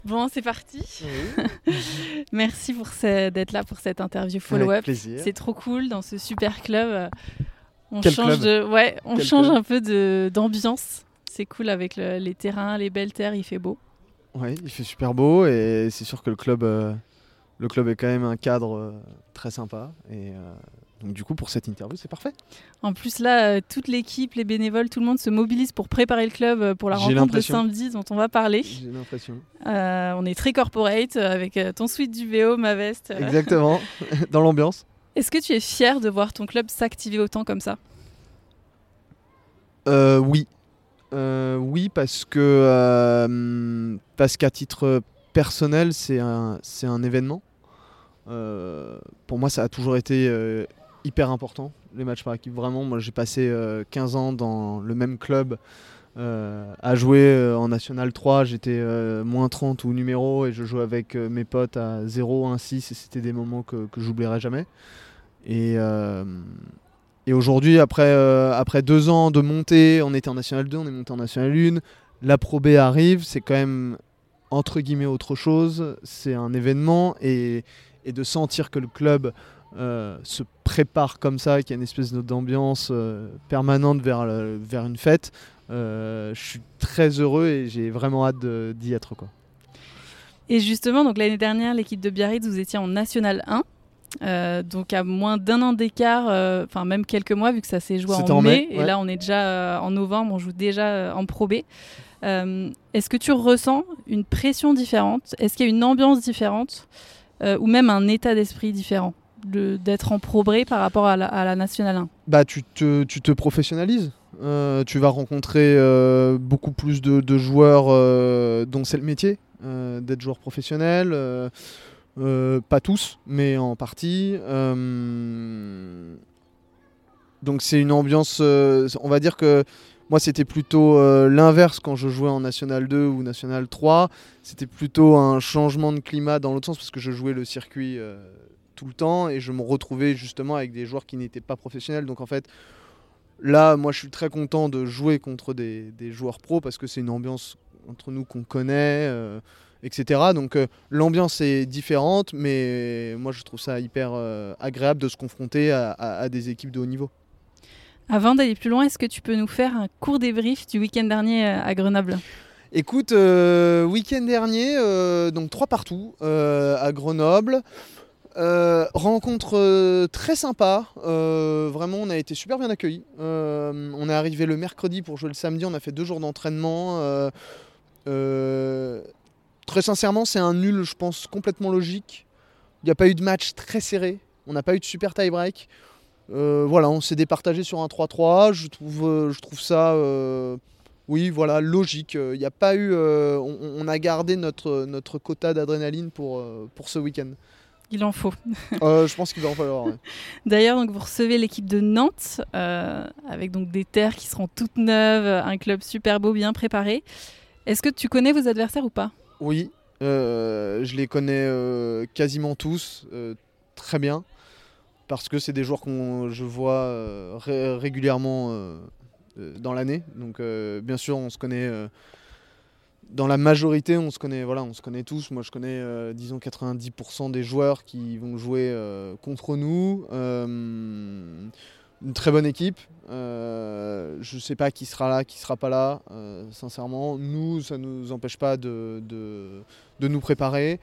Bon, c'est parti. Oui. Merci d'être là pour cette interview Avec follow-up. plaisir. C'est trop cool dans ce super club. On Quel change club on Quel change club un peu d'ambiance. C'est cool avec les terrains, les belles terres, il fait beau. Oui, il fait super beau et c'est sûr que le club est quand même un cadre très sympa. Et donc du coup, pour cette interview, c'est parfait. En plus là, toute l'équipe, les bénévoles, tout le monde se mobilise pour préparer le club pour la J'ai rencontre de l'impression. samedi dont on va parler. J'ai l'impression. On est très corporate avec ton sweat du VO, ma veste. Exactement, dans l'ambiance. Est-ce que tu es fier de voir ton club s'activer autant comme ça ? Oui. Oui, parce qu'à titre personnel, c'est un événement. Pour moi, ça a toujours été hyper important, les matchs par équipe. Vraiment, moi, j'ai passé 15 ans dans le même club à jouer en National 3. J'étais moins 30 ou numéro et je jouais avec mes potes à 0, 1, 6 et c'était des moments que j'oublierai jamais. Et aujourd'hui, après 2 ans de montée, on était en National 2, on est monté en National 1. La Pro B arrive, c'est quand même entre guillemets autre chose. C'est un événement et de sentir que le club se prépare comme ça, qu'il y a une espèce d'ambiance permanente vers une fête, je suis très heureux et j'ai vraiment hâte d'y être, quoi. Et justement, donc l'année dernière, l'équipe de Biarritz, vous étiez en National 1. Donc à moins d'1 an d'écart, enfin même quelques mois vu que ça s'est joué en mai, ouais. Et là on est déjà en novembre, on joue déjà en Pro B. Est-ce que tu ressens une pression différente ? Est-ce qu'il y a une ambiance différente ou même un état d'esprit différent d'être en Pro B par rapport à la National 1 ? Bah, tu te professionnalises. Tu vas rencontrer beaucoup plus de joueurs dont c'est le métier d'être joueur professionnel. Pas tous, mais en partie. Donc c'est une ambiance, on va dire que moi c'était plutôt l'inverse quand je jouais en National 2 ou National 3. C'était plutôt un changement de climat dans l'autre sens parce que je jouais le circuit tout le temps et je me retrouvais justement avec des joueurs qui n'étaient pas professionnels. Donc en fait, là, moi je suis très content de jouer contre des joueurs pros parce que c'est une ambiance entre nous qu'on connaît. Etc. Donc l'ambiance est différente, mais moi je trouve ça hyper agréable de se confronter à des équipes de haut niveau. Avant d'aller plus loin, est-ce que tu peux nous faire un court débrief du week-end dernier à Grenoble ? Écoute, week-end dernier, donc 3 partout à Grenoble. Rencontre très sympa, vraiment on a été super bien accueillis. On est arrivé le mercredi pour jouer le samedi, on a fait 2 jours d'entraînement. Très sincèrement, c'est un nul, je pense, complètement logique. Il n'y a pas eu de match très serré. On n'a pas eu de super tie-break. Voilà, on s'est départagé sur un 3-3. Je trouve ça oui, voilà, logique. Il n'y a pas eu, on a gardé notre quota d'adrénaline pour ce week-end. Il en faut. Je pense qu'il va en falloir. Ouais. D'ailleurs, donc, vous recevez l'équipe de Nantes avec donc, des terres qui seront toutes neuves, un club super beau, bien préparé. Est-ce que tu connais vos adversaires ou pas ? Oui, je les connais quasiment tous très bien parce que c'est des joueurs que je vois régulièrement dans l'année. Donc bien sûr, on se connaît dans la majorité, on se connaît tous. Moi, je connais disons 90% des joueurs qui vont jouer contre nous. Une très bonne équipe. Je ne sais pas qui sera là, qui ne sera pas là. Sincèrement, nous, ça ne nous empêche pas de nous préparer.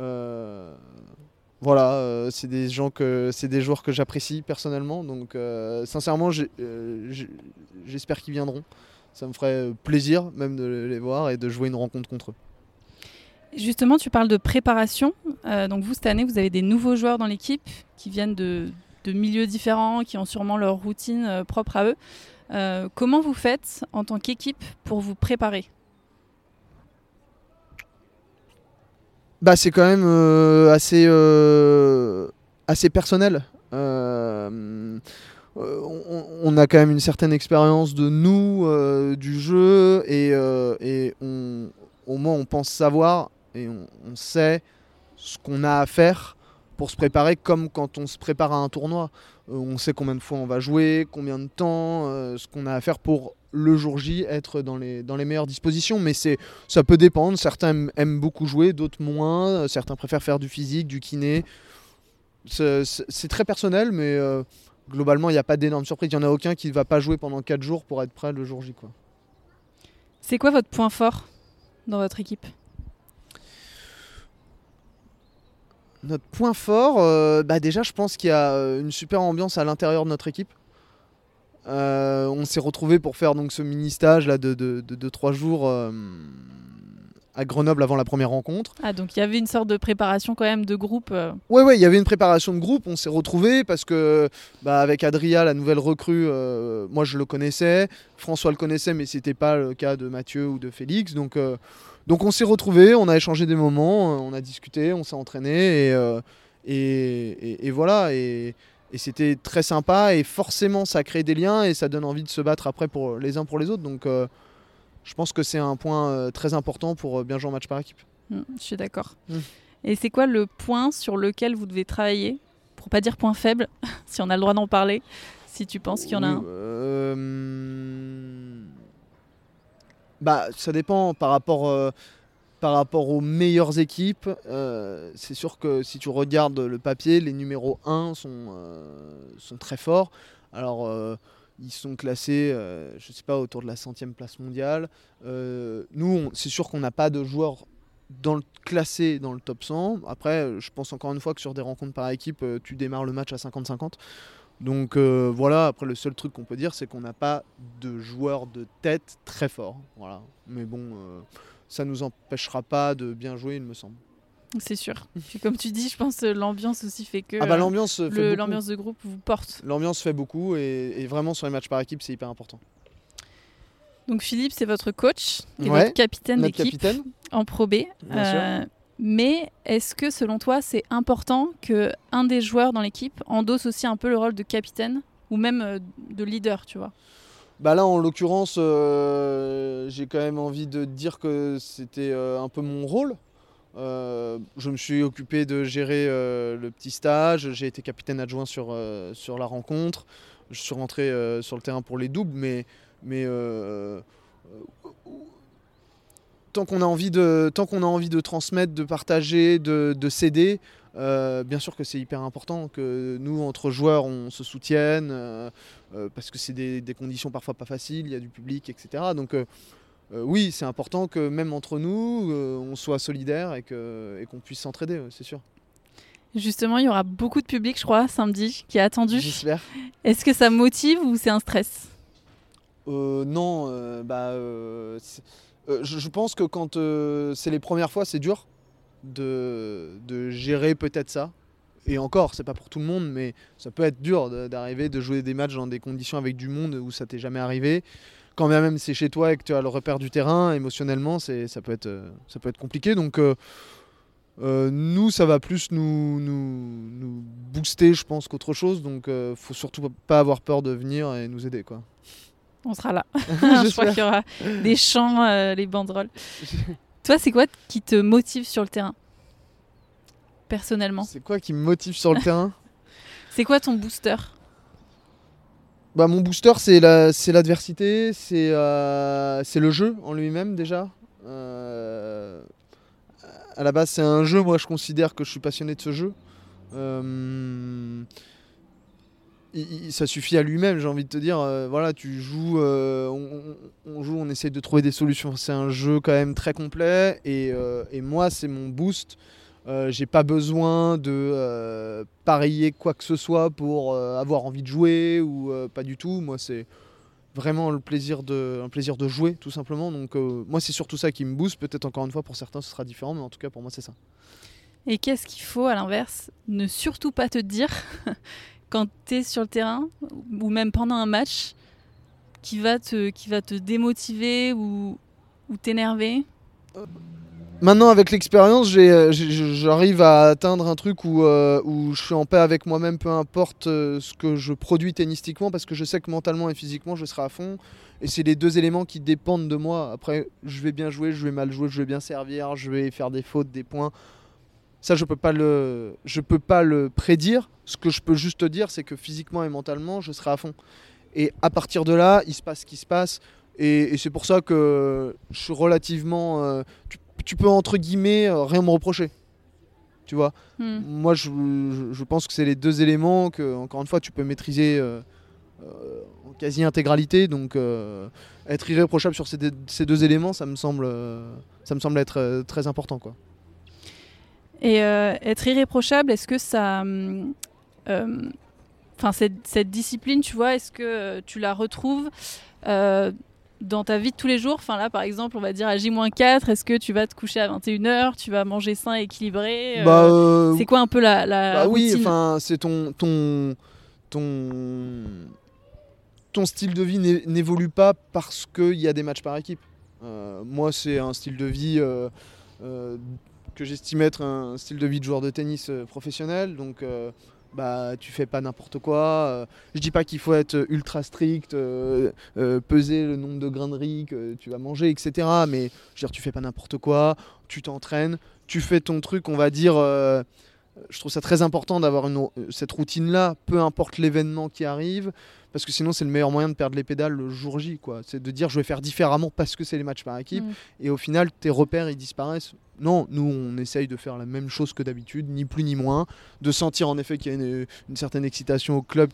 Voilà, c'est des joueurs que j'apprécie personnellement. Donc, sincèrement, j'espère qu'ils viendront. Ça me ferait plaisir même de les voir et de jouer une rencontre contre eux. Justement, tu parles de préparation. Donc vous, cette année, vous avez des nouveaux joueurs dans l'équipe qui viennent de milieux différents, qui ont sûrement leur routine propre à eux. Comment vous faites en tant qu'équipe pour vous préparer ? Bah, c'est quand même assez personnel. On a quand même une certaine expérience de nous, du jeu, et au moins on pense savoir et on sait ce qu'on a à faire pour se préparer comme quand on se prépare à un tournoi. On sait combien de fois on va jouer, combien de temps, ce qu'on a à faire pour le jour J être dans les meilleures dispositions. Mais ça peut dépendre. Certains aiment beaucoup jouer, d'autres moins. Certains préfèrent faire du physique, du kiné. C'est très personnel, mais globalement, il n'y a pas d'énormes surprises. Il n'y en a aucun qui ne va pas jouer pendant 4 jours pour être prêt le jour J, quoi. C'est quoi votre point fort dans votre équipe ? Notre point fort, déjà, je pense qu'il y a une super ambiance à l'intérieur de notre équipe. On s'est retrouvés pour faire donc ce mini-stage là, de 3 jours à Grenoble avant la première rencontre. Ah, donc il y avait une sorte de préparation quand même de groupe. Ouais, il y avait une préparation de groupe. On s'est retrouvés parce que avec Adria, la nouvelle recrue, moi je le connaissais, François le connaissait, mais c'était pas le cas de Mathieu ou de Félix. Donc on s'est retrouvés, on a échangé des moments, on a discuté, on s'est entraîné et voilà. Et c'était très sympa et forcément ça crée des liens et ça donne envie de se battre après pour les uns pour les autres. Donc je pense que c'est un point très important pour bien jouer en match par équipe. Je suis d'accord. Et c'est quoi le point sur lequel vous devez travailler ? Pour pas dire point faible, si on a le droit d'en parler, si tu penses qu'il y en a un. Ça dépend par rapport aux meilleures équipes. C'est sûr que si tu regardes le papier, les numéros 1 sont très forts. Alors ils sont classés, je sais pas, autour de la 100e place mondiale. Nous, c'est sûr qu'on n'a pas de joueurs classés dans le top 100. Après, je pense encore une fois que sur des rencontres par équipe, tu démarres le match à 50-50. Donc voilà, après le seul truc qu'on peut dire, c'est qu'on n'a pas de joueurs de tête très forts. Voilà. Mais bon, ça ne nous empêchera pas de bien jouer, il me semble. C'est sûr. Puis comme tu dis, je pense que l'ambiance aussi fait que l'ambiance de groupe vous porte. L'ambiance fait beaucoup et vraiment sur les matchs par équipe, c'est hyper important. Donc Philippe, c'est votre coach et votre capitaine d'équipe en Pro B. Mais est-ce que selon toi, c'est important qu'un des joueurs dans l'équipe endosse aussi un peu le rôle de capitaine ou même de leader, tu vois ? Là, en l'occurrence, j'ai quand même envie de dire que c'était un peu mon rôle. Je me suis occupé de gérer le petit stage, j'ai été capitaine adjoint sur la rencontre, je suis rentré sur le terrain pour les doubles, mais tant qu'on a envie de transmettre, de partager, de s'aider, bien sûr que c'est hyper important que nous, entre joueurs, on se soutienne, parce que c'est des conditions parfois pas faciles, il y a du public, etc. Donc oui, c'est important que même entre nous, on soit solidaires et qu'on puisse s'entraider, c'est sûr. Justement, il y aura beaucoup de public, je crois, samedi, qui est attendu. J'espère. Est-ce que ça motive ou c'est un stress ? Non, je pense que quand c'est les premières fois, c'est dur de gérer peut-être ça. Et encore, c'est pas pour tout le monde, mais ça peut être dur d'arriver, de jouer des matchs dans des conditions avec du monde où ça t'est jamais arrivé. Quand bien même c'est chez toi et que tu as le repère du terrain, émotionnellement, ça peut être compliqué. Donc nous, ça va plus nous booster, je pense, qu'autre chose. Donc faut surtout pas avoir peur de venir et nous aider, quoi. On sera là. Je crois qu'il y aura des chants, les banderoles. Toi, c'est quoi qui te motive sur le terrain ? Personnellement. C'est quoi qui me motive sur le terrain ? C'est quoi ton booster ? Mon booster, c'est l'adversité, c'est le jeu en lui-même déjà. À la base, c'est un jeu. Moi, je considère que je suis passionné de ce jeu. Ça suffit à lui-même, j'ai envie de te dire. Voilà, tu joues, on joue, on essaye de trouver des solutions. C'est un jeu quand même très complet et moi, c'est mon boost. J'ai pas besoin de parier quoi que ce soit pour avoir envie de jouer ou pas du tout. Moi, c'est vraiment un plaisir de jouer, tout simplement. Donc moi, c'est surtout ça qui me booste. Peut-être encore une fois, pour certains, ce sera différent, mais en tout cas, pour moi, c'est ça. Et qu'est-ce qu'il faut, à l'inverse, ne surtout pas te dire quand tu es sur le terrain ou même pendant un match qui va te démotiver ou t'énerver ? Maintenant, avec l'expérience, j'arrive à atteindre un truc où je suis en paix avec moi-même, peu importe ce que je produis tennistiquement, parce que je sais que mentalement et physiquement, je serai à fond. Et c'est les deux éléments qui dépendent de moi. Après, je vais bien jouer, je vais mal jouer, je vais bien servir, je vais faire des fautes, des points. Ça, je peux pas le prédire. Ce que je peux juste te dire, c'est que physiquement et mentalement, je serai à fond. Et à partir de là, il se passe ce qui se passe. Et c'est pour ça que je suis relativement... tu peux entre guillemets rien me reprocher. Tu vois, moi je pense que c'est les deux éléments que, encore une fois, tu peux maîtriser en quasi-intégralité. Donc être irréprochable sur ces deux éléments, ça me semble être très important, quoi. Et être irréprochable, est-ce que ça... cette discipline, tu vois, est-ce que tu la retrouves dans ta vie de tous les jours? Enfin là, par exemple, on va dire à J-4, est-ce que tu vas te coucher à 21h, tu vas manger sain et équilibré? C'est quoi un peu la oui, routine? enfin, c'est ton style de vie n'évolue pas parce qu'il y a des matchs par équipe. Moi, c'est un style de vie que j'estime être un style de vie de joueur de tennis professionnel. Donc, tu fais pas n'importe quoi. Je dis pas qu'il faut être ultra strict, peser le nombre de grains de riz que tu vas manger, etc. Mais je veux dire, tu fais pas n'importe quoi, tu t'entraînes, tu fais ton truc, on va dire. Je trouve ça très important d'avoir cette routine-là, peu importe l'événement qui arrive, parce que sinon c'est le meilleur moyen de perdre les pédales le jour J, quoi. C'est de dire je vais faire différemment parce que c'est les matchs par équipe, et au final tes repères ils disparaissent. Non, nous on essaye de faire la même chose que d'habitude, ni plus ni moins, de sentir en effet qu'il y a une certaine excitation au club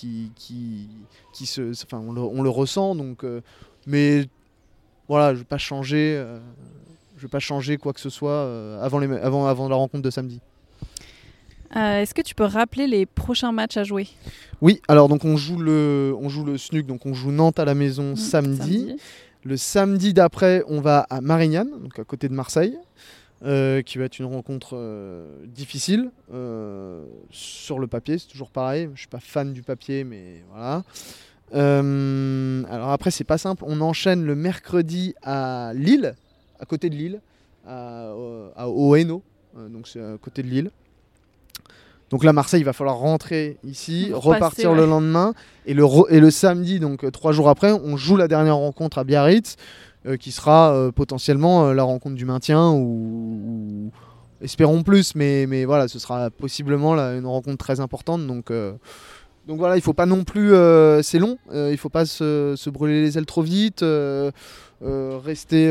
on le ressent, donc, mais voilà, je vais pas changer quoi que ce soit avant la rencontre de samedi. Est-ce que tu peux rappeler les prochains matchs à jouer? Oui, alors donc on joue le SNUC, donc on joue Nantes à la maison samedi. Le samedi d'après, on va à Marignane, donc à côté de Marseille, qui va être une rencontre difficile. Sur le papier, c'est toujours pareil. Je suis pas fan du papier, mais voilà. Alors après, c'est pas simple. On enchaîne le mercredi à Lille, à côté de Lille, au Hainaut, donc c'est à côté de Lille. Donc là, Marseille, il va falloir rentrer ici, repartir le lendemain. Et le samedi, donc 3 jours après, on joue la dernière rencontre à Biarritz, qui sera potentiellement la rencontre du maintien, ou espérons plus, mais voilà, ce sera possiblement une rencontre très importante. Donc voilà, il ne faut pas non plus... c'est long, il ne faut pas se brûler les ailes trop vite, rester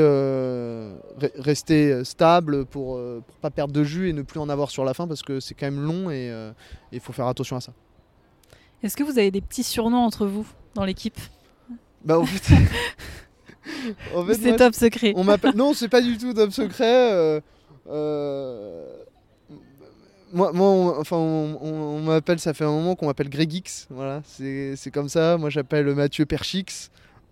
stable pour pas perdre de jus et ne plus en avoir sur la fin, parce que c'est quand même long et il faut faire attention à ça. Est-ce que vous avez des petits surnoms entre vous dans l'équipe? En fait, c'est top secret. Non, c'est pas du tout top secret. On m'appelle, ça fait un moment qu'on m'appelle Greg X. Voilà, c'est comme ça. Moi, j'appelle Mathieu Perchix.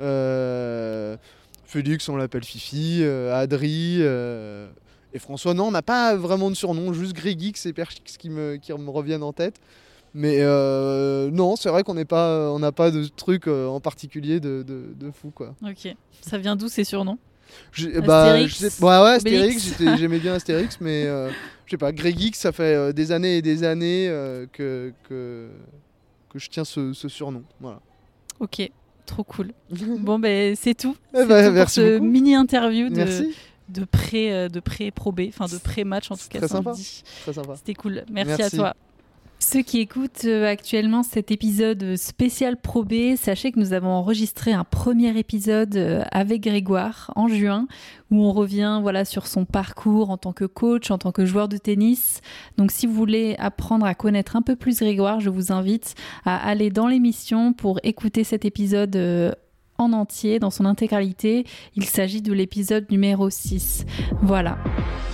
Félix, on l'appelle Fifi, Adri et François. Non, on n'a pas vraiment de surnom, juste Greg X et Perchix qui me reviennent en tête. Mais non, c'est vrai qu'on n'a pas de truc en particulier de fou, quoi. Ok. Ça vient d'où ces surnoms? Astérix, Astérix, j'aimais bien Astérix, mais je sais pas, Greg X, ça fait des années et des années que je tiens ce surnom. Voilà. Ok. Trop cool. Bon, c'est tout. C'est tout pour ce beaucoup. mini-interview de pré-Pro B, enfin de pré-match en tout cas. Très sympa. C'était cool. Merci à toi. Ceux qui écoutent actuellement cet épisode spécial Pro B, sachez que nous avons enregistré un premier épisode avec Grégoire en juin, où on revient sur son parcours en tant que coach, en tant que joueur de tennis. Donc si vous voulez apprendre à connaître un peu plus Grégoire, je vous invite à aller dans l'émission pour écouter cet épisode en entier, dans son intégralité. Il s'agit de l'épisode numéro 6. Voilà.